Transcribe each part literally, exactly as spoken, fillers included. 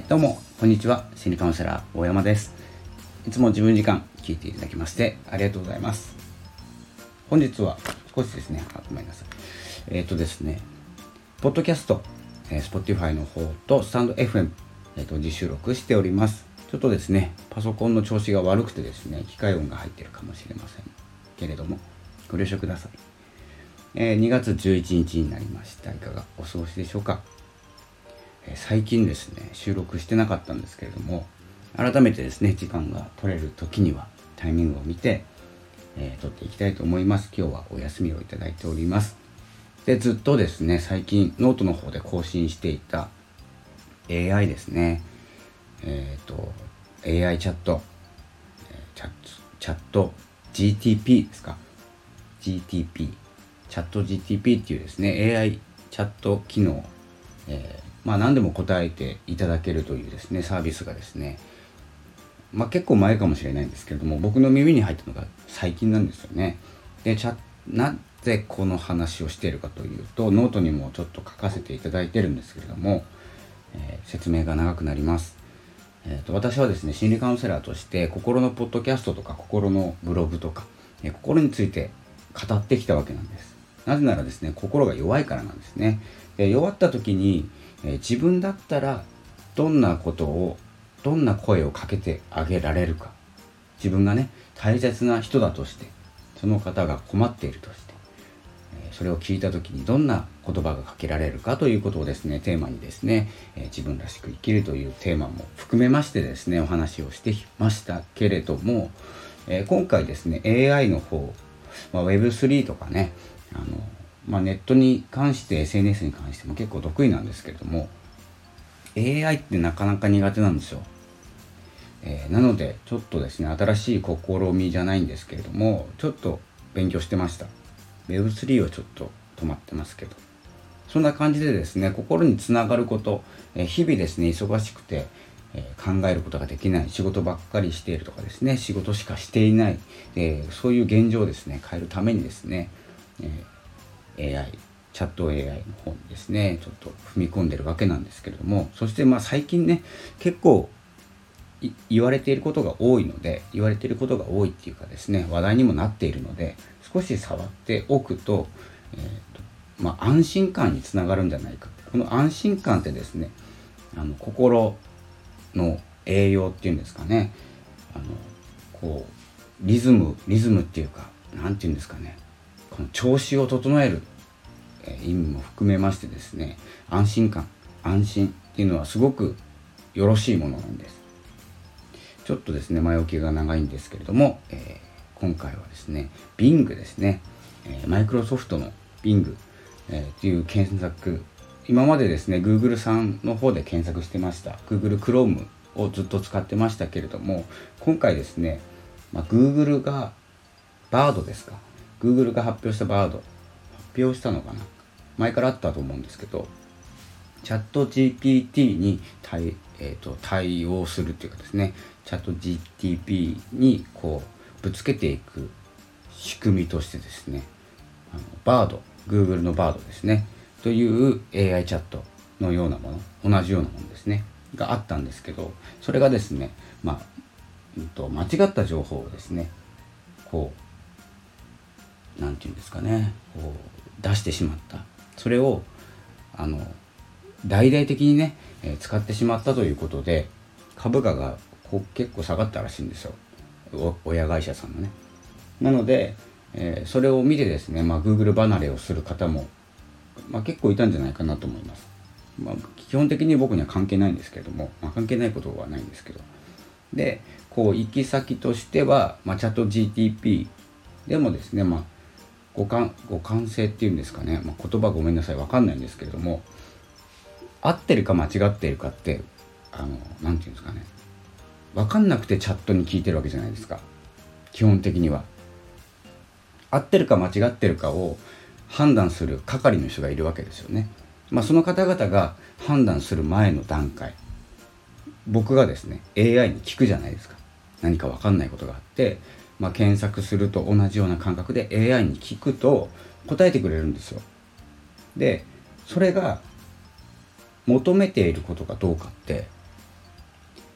どうもこんにちは、心理カウンセラー大山です。いつも自分時間聞いていただきましてありがとうございます。本日は少しですねあごめんなさいえっ、ー、とですねポッドキャスト、えー、Spotify の方とスタンド エフエム、えー、と自収録しております。ちょっとですねパソコンの調子が悪くてですね機械音が入っているかもしれませんけれどもご了承ください。えー、にがつじゅういちにちになりました。いかがお過ごしでしょうか。えー、最近ですね収録してなかったんですけれども、改めてですね時間が取れる時にはタイミングを見て、えー、撮っていきたいと思います。今日はお休みをいただいております。でずっとですね最近ノートの方で更新していた エーアイ ですね、えっ、ー、と エーアイ チャットチャットチャット ジーティーピー ですか ジーティーピー チャット ジーティーピー っていうですね エーアイ チャット機能、えー、まあ何でも答えていただけるというですねサービスがですね、まあ結構前かもしれないんですけれども、僕の耳に入ったのが最近なんですよね。でチャなぜこの話をしているかというと、ノートにもちょっと書かせていただいてるんですけれども、えー、説明が長くなります。えー、と私はですね心理カウンセラーとして心のポッドキャストとか心のブログとか、えー、心について語ってきたわけなんです。なぜならですね心が弱いからなんですね。で弱った時に、えー、自分だったらどんなことをどんな声をかけてあげられるか、自分がね大切な人だとして、その方が困っているとして、えー、それを聞いた時にどんな言葉がかけられるかということをですねテーマにですね、えー、自分らしく生きるというテーマも含めましてですねお話をしてきましたけれども、えー、今回ですね エーアイ の方、まあ、ウェブスリー とかねあの、まあ、ネットに関して エスエヌエス に関しても結構得意なんですけれども、 エーアイ ってなかなか苦手なんですよ。えー、なのでちょっとですね新しい試みじゃないんですけれどもちょっと勉強してました。 ウェブスリー はちょっと止まってますけど、そんな感じでですね心につながること、えー、日々ですね忙しくて、えー、考えることができない、仕事ばっかりしているとかですね仕事しかしていない、えー、そういう現状をですね変えるためにですね、えー、エーアイ チャット エーアイ の方にですねちょっと踏み込んでるわけなんですけれども、そしてまあ最近ね結構言われていることが多いので言われていることが多いっていうかですね話題にもなっているので、少し触っておくと、えーとまあ、安心感につながるんじゃないか。この安心感ってですねあの心の栄養っていうんですかね、あのこうリズムリズムっていうかなんていうんですかね、この調子を整える、えー、意味も含めましてですね、安心感安心っていうのはすごくよろしいものなんです。ちょっとですね前置きが長いんですけれども、えー、今回はですね Bing ですね、えー、マイクロソフトの Bing、えー、という検索、今までですね Google さんの方で検索してました Google Chrome をずっと使ってましたけれども、今回ですね、まあ、Google が Bard ですか Google が発表した Bard 発表したのかな、前からあったと思うんですけど、チャット ジーピーティー に対、えーと、対応するというかですね、チャット ジーティーピー にこうぶつけていく仕組みとしてですね、あの Bard、Google の Bard ですねという エーアイ チャットのようなもの、同じようなものですねがあったんですけど、それがですね、まあ、うんと、間違った情報をですねこうなんていうんですかね、こう出してしまった。それをあの大々的にね、えー、使ってしまったということで株価がこう結構下がったらしいんですよ、親会社さんのね。なので、えー、それを見てですね、まあ、Google 離れをする方も、まあ、結構いたんじゃないかなと思います。まあ、基本的に僕には関係ないんですけども、まあ、関係ないことはないんですけど、でこう行き先としては、まあ、チャット ジーティーピー でもですね、まあ、互換互換性っていうんですかね、まあ、言葉ごめんなさい分かんないんですけれども、合ってるか間違っているかってあのなんていうんですかね、分かんなくてチャットに聞いてるわけじゃないですか。基本的には合ってるか間違ってるかを判断する係の人がいるわけですよね。まあその方々が判断する前の段階、僕がですね エーアイ に聞くじゃないですか。何か分かんないことがあって、まあ、検索すると同じような感覚で エーアイ に聞くと答えてくれるんですよ。でそれが求めていることかどうかって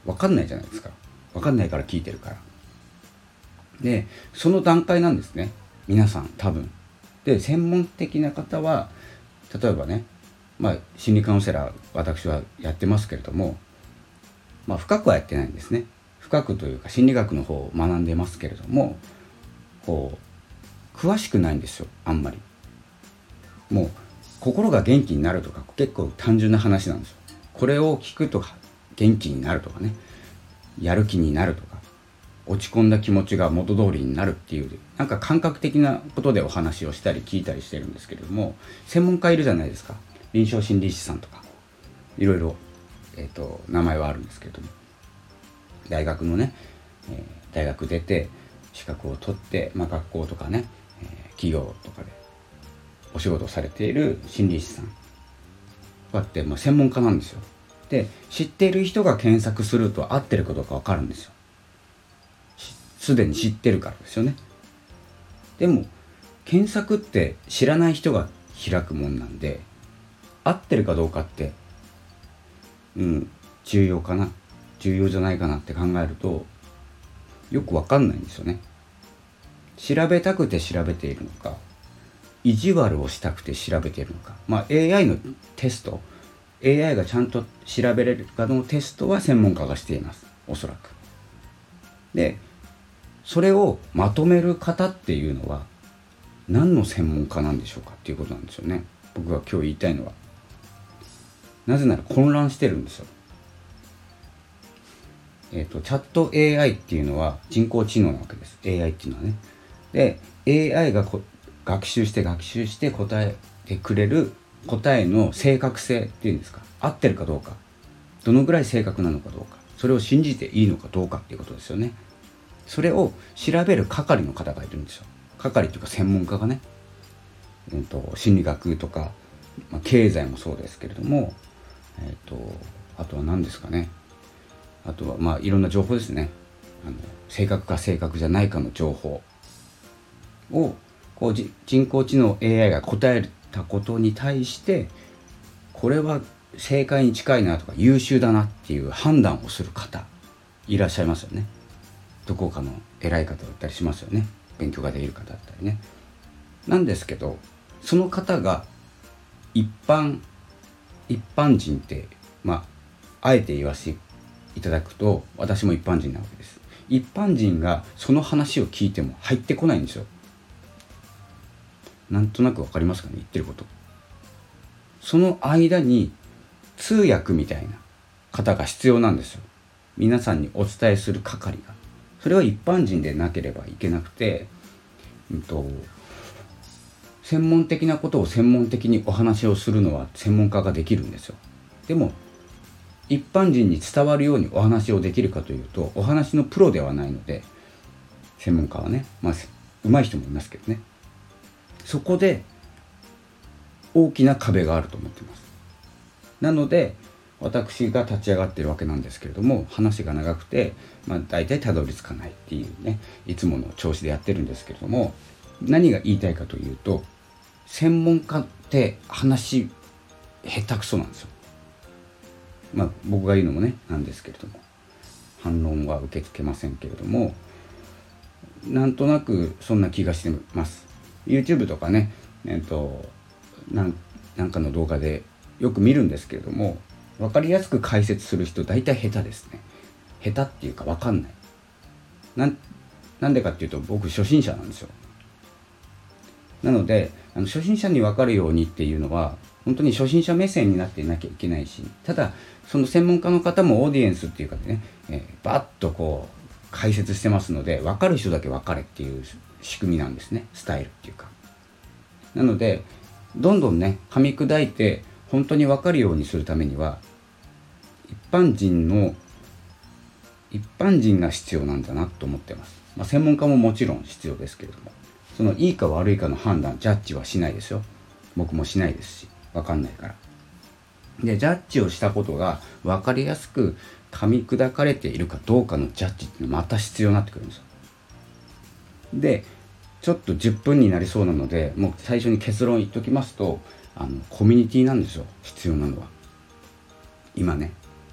分かんないじゃないですか。分かんないから聞いてるから。でその段階なんですね、皆さん多分。で専門的な方は例えばね、まあ心理カウンセラー私はやってますけれども、まあ深くはやってないんですね。深くというか心理学の方を学んでますけれども、こう詳しくないんですよ、あんまり。もう心が元気になるとか結構単純な話なんですよ。これを聞くと元気になるとかね、やる気になるとか、落ち込んだ気持ちが元通りになるっていう、なんか感覚的なことでお話をしたり聞いたりしてるんですけれども、専門家いるじゃないですか。臨床心理士さんとかいろいろ、えーと、名前はあるんですけれども、大学のね、えー、大学出て資格を取って、まあ、学校とかね、えー、企業とかでお仕事をされている心理師さんこうやってもう専門家なんですよ。で知っている人が検索すると合ってるかどうか分かるんですよ。すでに知ってるからですよね。でも検索って知らない人が開くもんなんで、合ってるかどうかってうん重要かな重要じゃないかなって考えるとよく分かんないんですよね。調べたくて調べているのか、意地悪をしたくて調べているのか、まあ エーアイ のテスト、 エーアイ がちゃんと調べれるかのテストは専門家がしています、おそらく。でそれをまとめる方っていうのは何の専門家なんでしょうかっていうことなんですよね。僕が今日言いたいのは、なぜなら混乱してるんですよ。えっとチャット エーアイ っていうのは人工知能なわけです。 エーアイ っていうのはね。で エーアイ がこ学習して学習して答えてくれる答えの正確性っていうんですか、合ってるかどうか、どのぐらい正確なのかどうか、それを信じていいのかどうかっていうことですよね。それを調べる係の方がいるんですよ。係というか専門家がね、えー、と心理学とか、まあ、経済もそうですけれども、えー、とあとは何ですかね、あとはまあいろんな情報ですね。あの正確か正確じゃないかの情報をこう人工知能 エーアイ が答えたことに対して、これは正解に近いなとか優秀だなっていう判断をする方いらっしゃいますよね。どこかの偉い方だったりしますよね。勉強ができる方だったりね。なんですけど、その方が一般一般人ってまああえて言わせていただくと、私も一般人なわけです。一般人がその話を聞いても入ってこないんですよ。なんとなくわかりますかね、言ってること。その間に通訳みたいな方が必要なんですよ。皆さんにお伝えする係が。それは一般人でなければいけなくて、うんと、専門的なことを専門的にお話をするのは専門家ができるんですよ。でも一般人に伝わるようにお話をできるかというと、お話のプロではないので、専門家はね、まあ上手い人もいますけどね、そこで大きな壁があると思っています。なので私が立ち上がっているわけなんですけれども、話が長くて、まあ、大体たどり着かないっていうね、いつもの調子でやってるんですけれども、何が言いたいかというと、専門家って話下手くそなんですよ。まあ僕が言うのもねなんですけれども、反論は受け付けませんけれども、なんとなくそんな気がしてます。 YouTube とかね、えっとなん、なんかの動画でよく見るんですけれども、分かりやすく解説する人大体下手ですね。下手っていうか分かんない。なん、なんでかっていうと、僕初心者なんですよ。なのであの初心者に分かるようにっていうのは本当に初心者目線になっていなきゃいけないし、ただその専門家の方もオーディエンスっていうかね、えー、バッとこう解説してますので、分かる人だけ分かれっていう仕組みなんですね、スタイルっていうか。なのでどんどんね噛み砕いて本当に分かるようにするためには、一般人の一般人が必要なんだなと思ってます。まあ、専門家ももちろん必要ですけれども、そのいいか悪いかの判断、ジャッジはしないですよ。僕もしないですし、分かんないから。でジャッジをしたことが分かりやすく噛み砕かれているかどうかのジャッジっていうのはまた必要になってくるんですよ。でちょっとじゅっぷんになりそうなので、もう最初に結論言っときますと、あのコミュニティなんですよ、必要なのは今ね。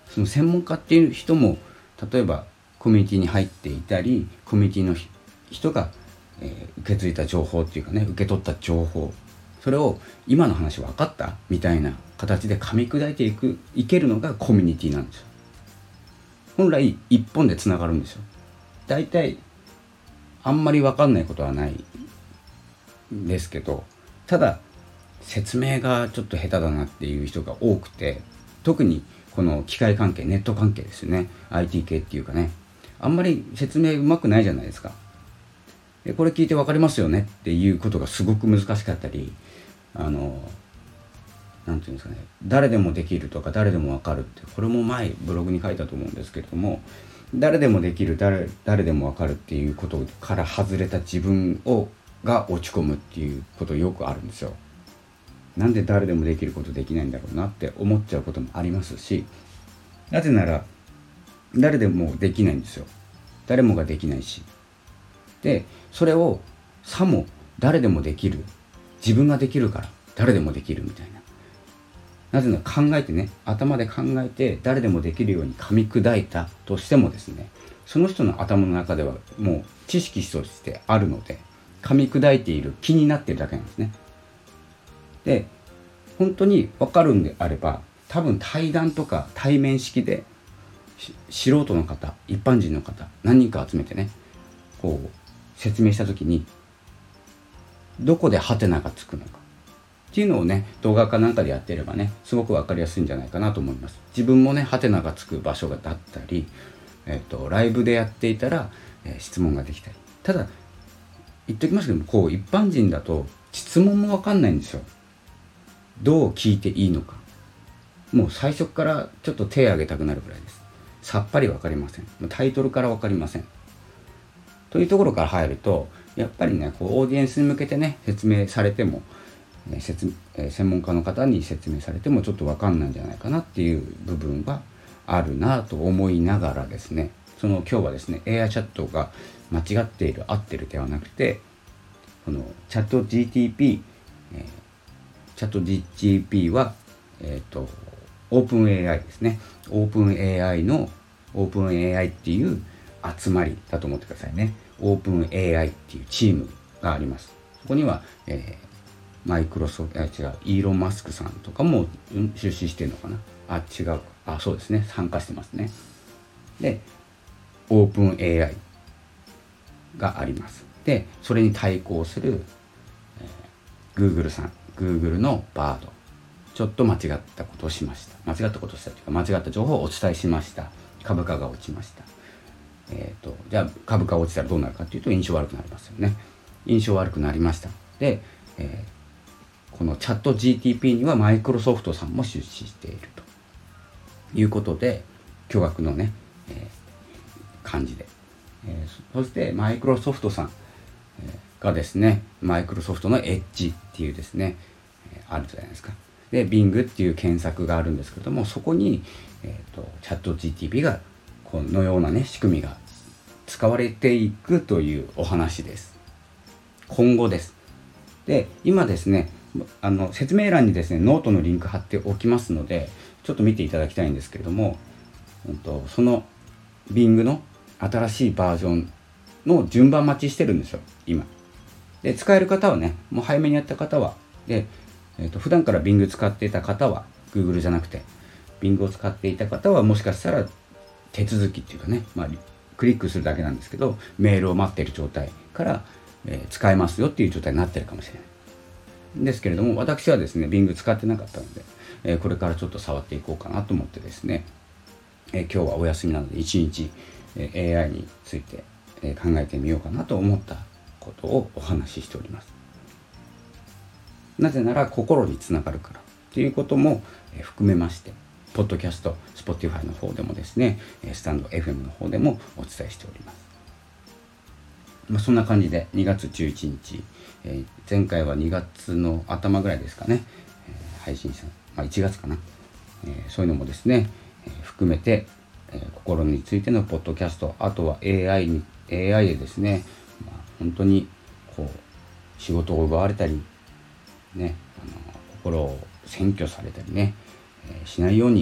その専門家っていう人も例えばコミュニティに入っていたり、コミュニティの人が、えー、受け継いだ情報っていうかね、受け取った情報、それを今の話分かったみたいな形で噛み砕いていくいけるのがコミュニティなんですよ。本来一本でつながるんですよ。だいたいあんまり分かんないことはないんですけど、ただ説明がちょっと下手だなっていう人が多くて、特にこの機械関係、ネット関係ですよね。 アイティー 系っていうかね、あんまり説明うまくないじゃないですか。でこれ聞いて分かりますよねっていうことがすごく難しかったり、あのなんていうんですかね、誰でもできるとか誰でも分かるって、これも前ブログに書いたと思うんですけれども、誰でもできる、誰誰でも分かるっていうことから外れた自分をが落ち込むっていうことよくあるんですよ。なんで誰でもできることできないんだろうなって思っちゃうこともありますし、なぜなら誰でもできないんですよ。誰もができないし、でそれをさも誰でもできる、自分ができるから誰でもできるみたいな、なぜなら考えてね、頭で考えて誰でもできるように噛み砕いたとしてもですね、その人の頭の中ではもう知識としてあるので、噛み砕いている気になっているだけなんですね。で本当に分かるんであれば、多分対談とか対面式で素人の方、一般人の方何人か集めてね、こう説明した時にどこでハテナがつくのかっていうのをね、動画かなんかでやっていればね、すごく分かりやすいんじゃないかなと思います。自分もね、ハテナがつく場所がだったり、えっとライブでやっていたら、えー、質問ができたり。ただ言っときますけども、こう一般人だと質問も分かんないんですよ。どう聞いていいのか、もう最初からちょっと手を挙げたくなるぐらいです。さっぱり分かりません。タイトルから分かりませんというところから入ると、やっぱりね、こうオーディエンスに向けてね説明されても、え説え専門家の方に説明されてもちょっと分かんないんじゃないかなっていう部分はあるなと思いながらですね、その今日はですね エーアイ チャットが間違っている合ってるではなくて、このチャット ジーティーピー、えー、チャット ジーティーピー はえっとオープン エーアイ ですね。オープン エーアイ のオープン エーアイ っていう集まりだと思ってくださいね。オープン エーアイ っていうチームがあります。そこには、えー、マイクロソフト、違う、イーロン・マスクさんとかも出資してるのかな。あ、違う。あ、そうですね。参加してますね。で、オープン エーアイ があります。で、それに対抗する、えー、Google さん、Google のバード。ちょっと間違ったことをしました。間違ったことをしたというか、間違った情報をお伝えしました。株価が落ちました。えーと、じゃあ株価が落ちたらどうなるかというと、印象悪くなりますよね。印象悪くなりました。で、えー、このチャット ジーティーピー にはマイクロソフトさんも出資しているということで、巨額のね、えー、感じで、えー、そしてマイクロソフトさん、えー、がですね、マイクロソフトのエッジっていうですね、えー、あるじゃないですか。で Bing っていう検索があるんですけども、そこに、えーと、チャット ジーティーピー がこのようなね仕組みが使われていくというお話です。今後です。で今ですね、あの説明欄にですねノートのリンク貼っておきますので、ちょっと見ていただきたいんですけれども、うんと、その Bing の新しいバージョンの順番待ちしてるんですよ今で。使える方はね、もう早めにやった方はでえー、と普段から Bing 使っていた方は Google じゃなくて Bing を使っていた方は、もしかしたら手続きっていうかね、まあ、クリックするだけなんですけど、メールを待っている状態から、えー、使えますよっていう状態になってるかもしれないですけれども、私はですね Bing 使ってなかったので、えー、これからちょっと触っていこうかなと思ってですね、えー、今日はお休みなので一日、えー、エーアイ について、えー、考えてみようかなと思ったことをお話ししております。なぜなら心につながるからということも含めまして、ポッドキャスト、Spotify の方でもですね、スタンド エフエム の方でもお伝えしております。まあ、そんな感じでにがつじゅういちにち、えー、前回はにがつの頭ぐらいですかね、えー、配信した、まあ、いちがつかな、えー、そういうのもですね、えー、含めて、えー、心についてのポッドキャスト、あとは エーアイ に エーアイ でですね、まあ、本当にこう仕事を奪われたりね、あの心を占拠されたりね、えー、しないように、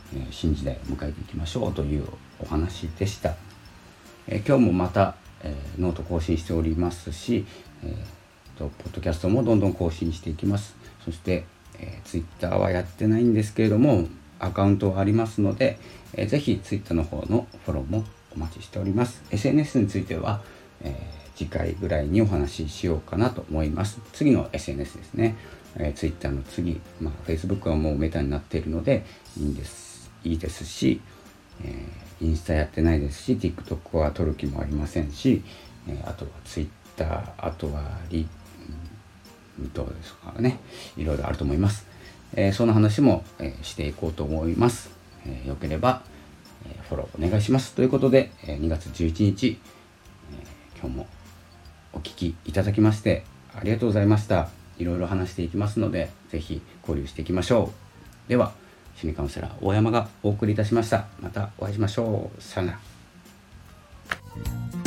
えー、新時代を迎えていきましょうというお話でした。えー、今日もまた、えー、ノート更新しておりますし、えー、とポッドキャストもどんどん更新していきます。そして、えー、ツイッターはやってないんですけれどもアカウントはありますので、えー、ぜひツイッターの方のフォローもお待ちしております。 エスエヌエス については、えー、次回ぐらいにお話ししようかなと思います。次の エスエヌエス ですね、えー、ツイッターの次、まあ、Facebook はもうメタになっているのでいいんですいいですし、えー、インスタやってないですし TikTok は撮る気もありませんし、えー、あとは Twitter、 あとはリどうですかね、いろいろあると思います。えー、その話も、えー、していこうと思います。えー、よければ、えー、フォローお願いしますということで、えー、にがつじゅういちにち、えー、今日もお聞きいただきましてありがとうございました。いろいろ話していきますのでぜひ交流していきましょう。では心理カウンセラー大山がお送りいたしました。またお会いしましょう。さよなら。